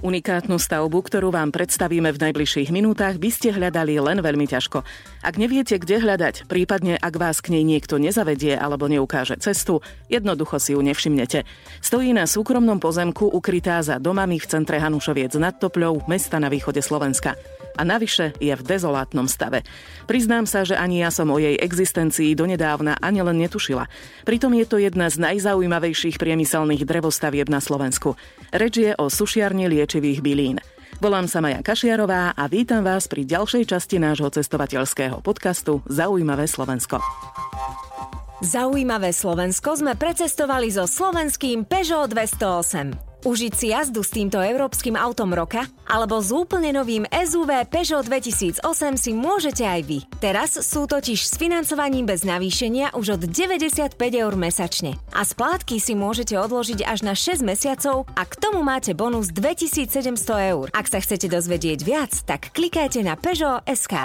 Unikátnu stavbu, ktorú vám predstavíme v najbližších minútach, by ste hľadali len veľmi ťažko. Ak neviete, kde hľadať, prípadne ak vás k nej niekto nezavedie alebo neukáže cestu, jednoducho si ju nevšimnete. Stojí na súkromnom pozemku ukrytá za domami v centre Hanušoviec nad Topľou, mesta na východe Slovenska. A navyše je v dezolátnom stave. Priznám sa, že ani ja som o jej existencii donedávna ani len netušila. Pritom je to jedna z najzaujímavejších priemyselných drevostavieb na Slovensku. Reč je o sušiarni liečivých bylín. Volám sa Maja Kašiarová a vítam vás pri ďalšej časti nášho cestovateľského podcastu Zaujímavé Slovensko. Zaujímavé Slovensko sme precestovali so slovenským Peugeot 208. Užiť si jazdu s týmto európskym autom roka alebo s úplne novým SUV Peugeot 2008 si môžete aj vy. Teraz sú totiž s financovaním bez navýšenia už od 95 eur mesačne. A splátky si môžete odložiť až na 6 mesiacov a k tomu máte bonus 2700 eur. Ak sa chcete dozvedieť viac, tak klikajte na Peugeot.sk.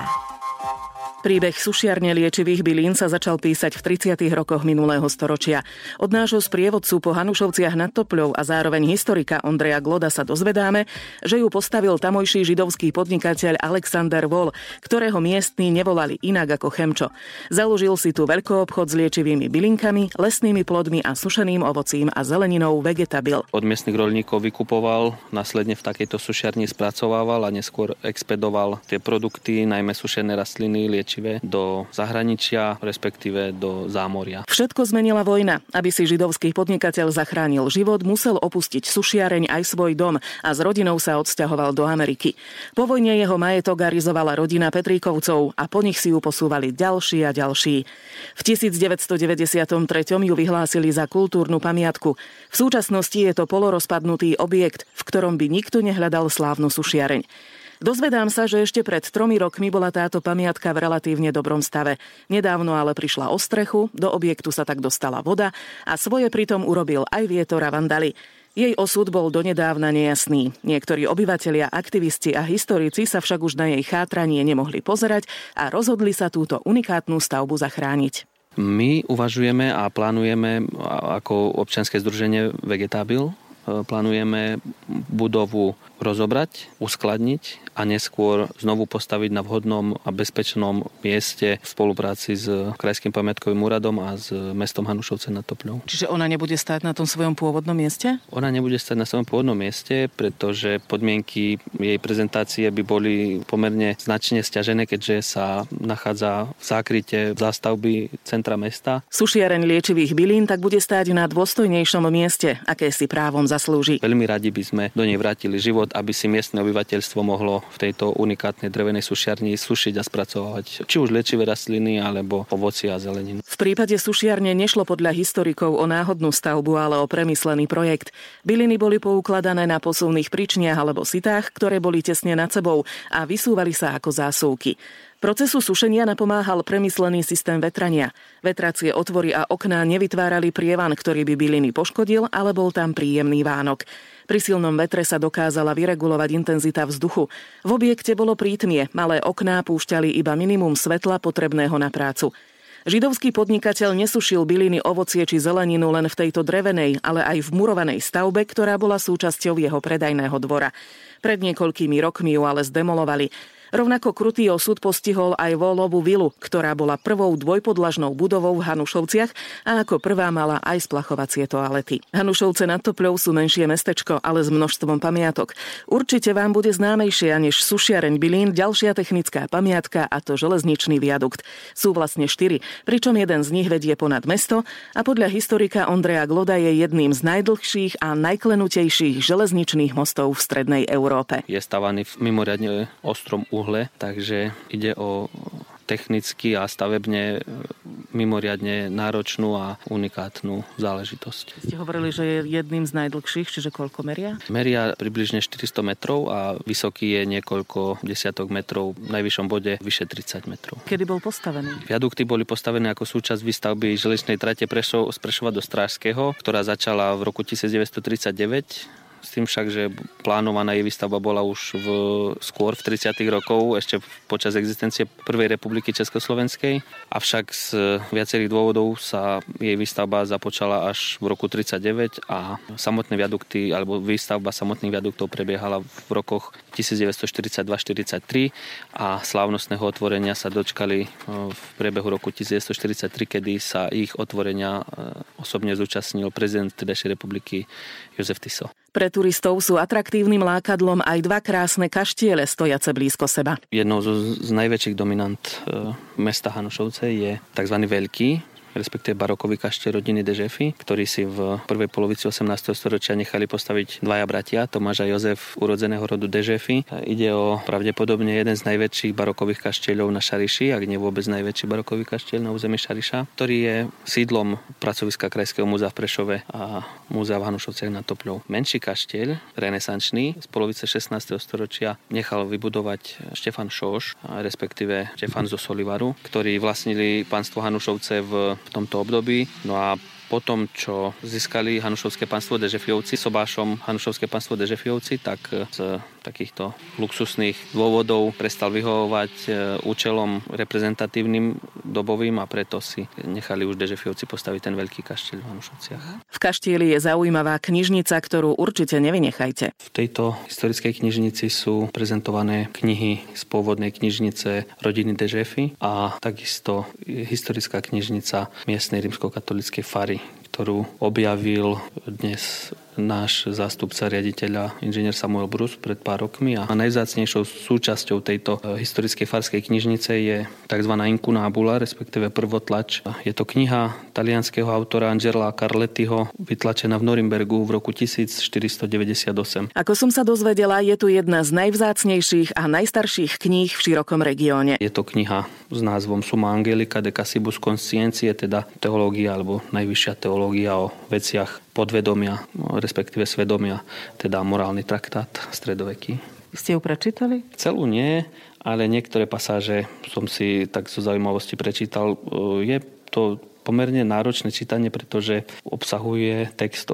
Príbeh sušiarne liečivých bylín sa začal písať v 30. rokoch minulého storočia. Od nášho sprievodcu po Hanušovciach nad Topľou a zároveň historika Ondreja Gloda sa dozvedáme, že ju postavil tamojší židovský podnikateľ Alexander Wohl, ktorého miestni nevolali inak ako Chemčo. Založil si tu veľkoobchod s liečivými bylinkami, lesnými plodmi a sušeným ovocím a zeleninou Vegetabil. Od miestnych roľníkov vykupoval, následne v takejto sušiarni spracovával a neskôr expedoval tie produkty, najmä sušené rastliny, liečivé do zahraničia, respektíve do zámoria. Všetko zmenila vojna. Aby si židovský podnikateľ zachránil život, musel opustiť sušiareň aj svoj dom a s rodinou sa odsťahoval do Ameriky. Po vojne jeho majetok arizovala rodina Petríkovcov a po nich si ju posúvali ďalší a ďalší. V 1993 ju vyhlásili za kultúrnu pamiatku. V súčasnosti je to polorozpadnutý objekt, v ktorom by nikto nehľadal slávnu sušiareň. Dozvedám sa, že ešte pred 3 rokmi bola táto pamiatka v relatívne dobrom stave. Nedávno ale prišla o strechu, do objektu sa tak dostala voda a svoje pritom urobil aj vietor a vandali. Jej osud bol donedávna nejasný. Niektorí obyvatelia, aktivisti a historici sa však už na jej chátranie nemohli pozerať a rozhodli sa túto unikátnu stavbu zachrániť. My uvažujeme a plánujeme ako občianske združenie Vegetabil, plánujeme budovu rozobrať, uskladniť a neskôr znovu postaviť na vhodnom a bezpečnom mieste v spolupráci s Krajským pamiatkovým úradom a s mestom Hanušovce nad Topľou. Čiže ona nebude stáť na tom svojom pôvodnom mieste? Ona nebude stáť na svojom pôvodnom mieste, pretože podmienky jej prezentácie by boli pomerne značne sťažené, keďže sa nachádza v zákryte zástavby centra mesta. Sušiareň liečivých bylín tak bude stáť na dôstojnejšom mieste, aké si právom zaslúži. Veľmi radi by sme do nej vrátili život, aby si miestne obyvateľstvo mohlo v tejto unikátnej drevenej sušiarni sušiť a spracovať či už liečivé rastliny alebo ovocie a zeleninu. V prípade sušiarne nešlo podľa historikov o náhodnú stavbu, ale o premyslený projekt. Byliny boli poukladané na posuvných pričniach alebo sitách, ktoré boli tesne nad sebou a vysúvali sa ako zásuvky. Procesu sušenia napomáhal premyslený systém vetrania. Vetracie otvory a okná nevytvárali prievan, ktorý by byliny poškodil, ale bol tam príjemný vánok. Pri silnom vetre sa dokázala vyregulovať intenzita vzduchu. V objekte bolo prítmie, malé okná púšťali iba minimum svetla potrebného na prácu. Židovský podnikateľ nesušil byliny, ovocie či zeleninu len v tejto drevenej, ale aj v murovanej stavbe, ktorá bola súčasťou jeho predajného dvora. Pred niekoľkými rokmi ju ale zdemolovali. Rovnako krutý osud postihol aj Wohlovú vilu, ktorá bola prvou dvojpodlažnou budovou v Hanušovciach a ako prvá mala aj splachovacie toalety. Hanušovce nad Topľou sú menšie mestečko, ale s množstvom pamiatok. Určite vám bude známejšia než sušiareň bylín ďalšia technická pamiatka, a to železničný viadukt. Sú vlastne 4, pričom jeden z nich vedie ponad mesto a podľa historika Ondreja Gloda je jedným z najdlhších a najklenutejších železničných mostov v strednej Európe. Je stavaný v mimoriadne ostrom uhle, takže ide o technicky a stavebne mimoriadne náročnú a unikátnu záležitosť. Ste hovorili, že je jedným z najdlhších, čiže koľko meria? Meria približne 400 metrov a vysoký je niekoľko desiatok metrov, v najvyššom bode vyše 30 metrov. Kedy bol postavený? Viadukty boli postavené ako súčasť výstavby železničnej trate z Prešova do Strážského, ktorá začala v roku 1939 s tým však, že plánovaná jej výstavba bola už skôr v 30. rokov, ešte počas existencie Prvej republiky Československej, avšak z viacerých dôvodov sa jej výstavba započala až v roku 39 a samotné viadukty alebo výstavba samotných viaduktov prebiehala v rokoch 1942-43 a slávnostného otvorenia sa dočkali v priebehu roku 1943, kedy sa ich otvorenia osobne zúčastnil prezident tedajšej republiky Jozef Tiso. Pre turistov sú atraktívnym lákadlom aj dva krásne kaštiele stojace blízko seba. Jednou z najväčších dominant mesta Hanušovce je tzv. Veľký, respektíve barokový kaštiel rodiny de Žefy, ktorý si v prvej polovici 18. storočia nechali postaviť dvaja bratia, Tomáš a Jozef, urodzeného rodu de Žefy. Ide o pravdepodobne jeden z najväčších barokových kaštieľov na Šariši, ak nie vôbec najväčší barokový kaštieľ na území Šariša, ktorý je sídlom pracoviska Krajského múzea v Prešove a múzea v Hanušovciach nad Topľou. Menší kaštieľ, renesančný, z polovice 16. storočia nechal vybudovať Štefan Šoš, respektíve Štefan zo Solivaru, ktorí vlastnili pánstvo Hanušovce v tomto období. No a potom, čo získali Hanušovské pánstvo de Žefijovci sobášom Hanušovské pánstvo de Žefijovci, tak z takýchto luxusných dôvodov prestal vyhovovať účelom reprezentatívnym dobovým a preto si nechali už de Žefijovci postaviť ten veľký kaštieľ v Hanušovciach. V kaštieli je zaujímavá knižnica, ktorú určite nevynechajte. V tejto historickej knižnici sú prezentované knihy z pôvodnej knižnice rodiny de Žefy a takisto historická knižnica miestnej rímskokatolíckej fary, ktorú objavil dnes náš zástupca riaditeľa inžinier Samuel Brus pred pár rokmi a najvzácnejšou súčasťou tejto historickej farskej knižnice je tzv. Incunabula, respektíve prvotlač. Je to kniha talianskeho autora Angela Carlettiho, vytlačená v Norimbergu v roku 1498. Ako som sa dozvedela, je tu jedna z najvzácnejších a najstarších kníh v širokom regióne. Je to kniha s názvom Summa Angelica de Casibus Conscientiae, teda teológia alebo najvyššia teológia o veciach podvedomia, respektíve svedomia, teda morálny traktát stredoveký. Ste ju prečítali? Celú nie, ale niektoré pasáže som si tak zo zaujímavosti prečítal. Je to pomerne náročné čítanie, pretože obsahuje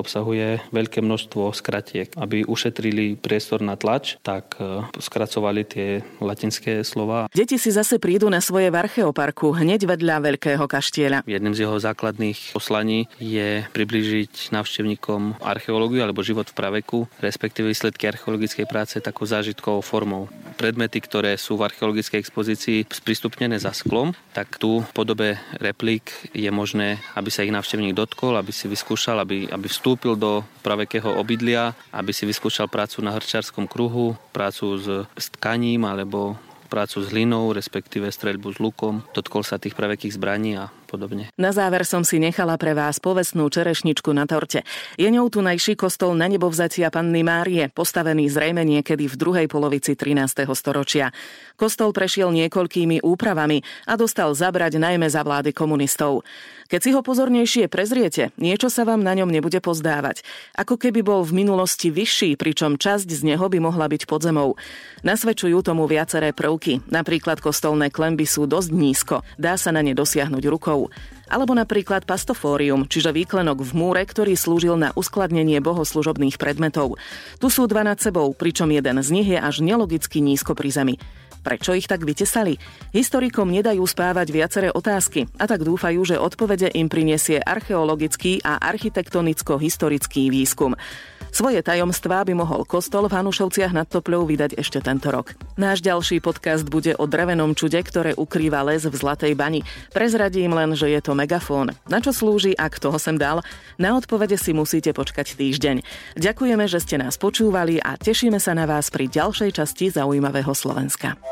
veľké množstvo skratiek. Aby ušetrili priestor na tlač, tak skracovali tie latinské slova. Deti si zase prídu na svoje v Archeoparku hneď vedľa Veľkého kaštieľa. Jedným z jeho základných poslaní je priblížiť návštevníkom archeológiu alebo život v praveku, respektíve výsledky archeologickej práce takou zážitkovou formou. Predmety, ktoré sú v archeologickej expozícii sprístupnené za sklom, tak tu v podobe replík je možné, aby sa ich návštevník dotkol, aby si vyskúšal, aby vstúpil do pravekého obydlia, aby si vyskúšal prácu na hrčárskom kruhu, prácu s tkaním alebo prácu s hlinou, respektíve streľbu s lukom, dotkol sa tých pravekých zbraní a podobne. Na záver som si nechala pre vás povestnú čerešničku na torte. Je ňou tunajší kostol Na Nebovzatia Panny Márie, postavený zrejme niekedy v druhej polovici 13. storočia. Kostol prešiel niekoľkými úpravami a dostal zabrať najmä za vlády komunistov. Keď si ho pozornejšie prezriete, niečo sa vám na ňom nebude pozdávať. Ako keby bol v minulosti vyšší, pričom časť z neho by mohla byť pod zemou. Nasvedčujú tomu viaceré prvky. Napríklad kostolné klenby sú dosť nízko. Dá sa na ne dosiahnuť rukou. Alebo napríklad pastofórium, čiže výklenok v múre, ktorý slúžil na uskladnenie bohoslužobných predmetov. Tu sú dva nad sebou, pričom jeden z nich je až nelogicky nízko pri zemi. Prečo ich tak vytesali? Historikom nedajú spávať viaceré otázky a tak dúfajú, že odpovede im prinesie archeologický a architektonicko-historický výskum. Svoje tajomstvá by mohol kostol v Hanušovciach nad Topľou vydať ešte tento rok. Náš ďalší podcast bude o drevenom čude, ktoré ukrýva les v Zlatej bani. Prezradím len, že je to megafón. Na čo slúži a kto ho sem dal? Na odpovede si musíte počkať týždeň. Ďakujeme, že ste nás počúvali a tešíme sa na vás pri ďalšej časti Zaujímavého Slovenska.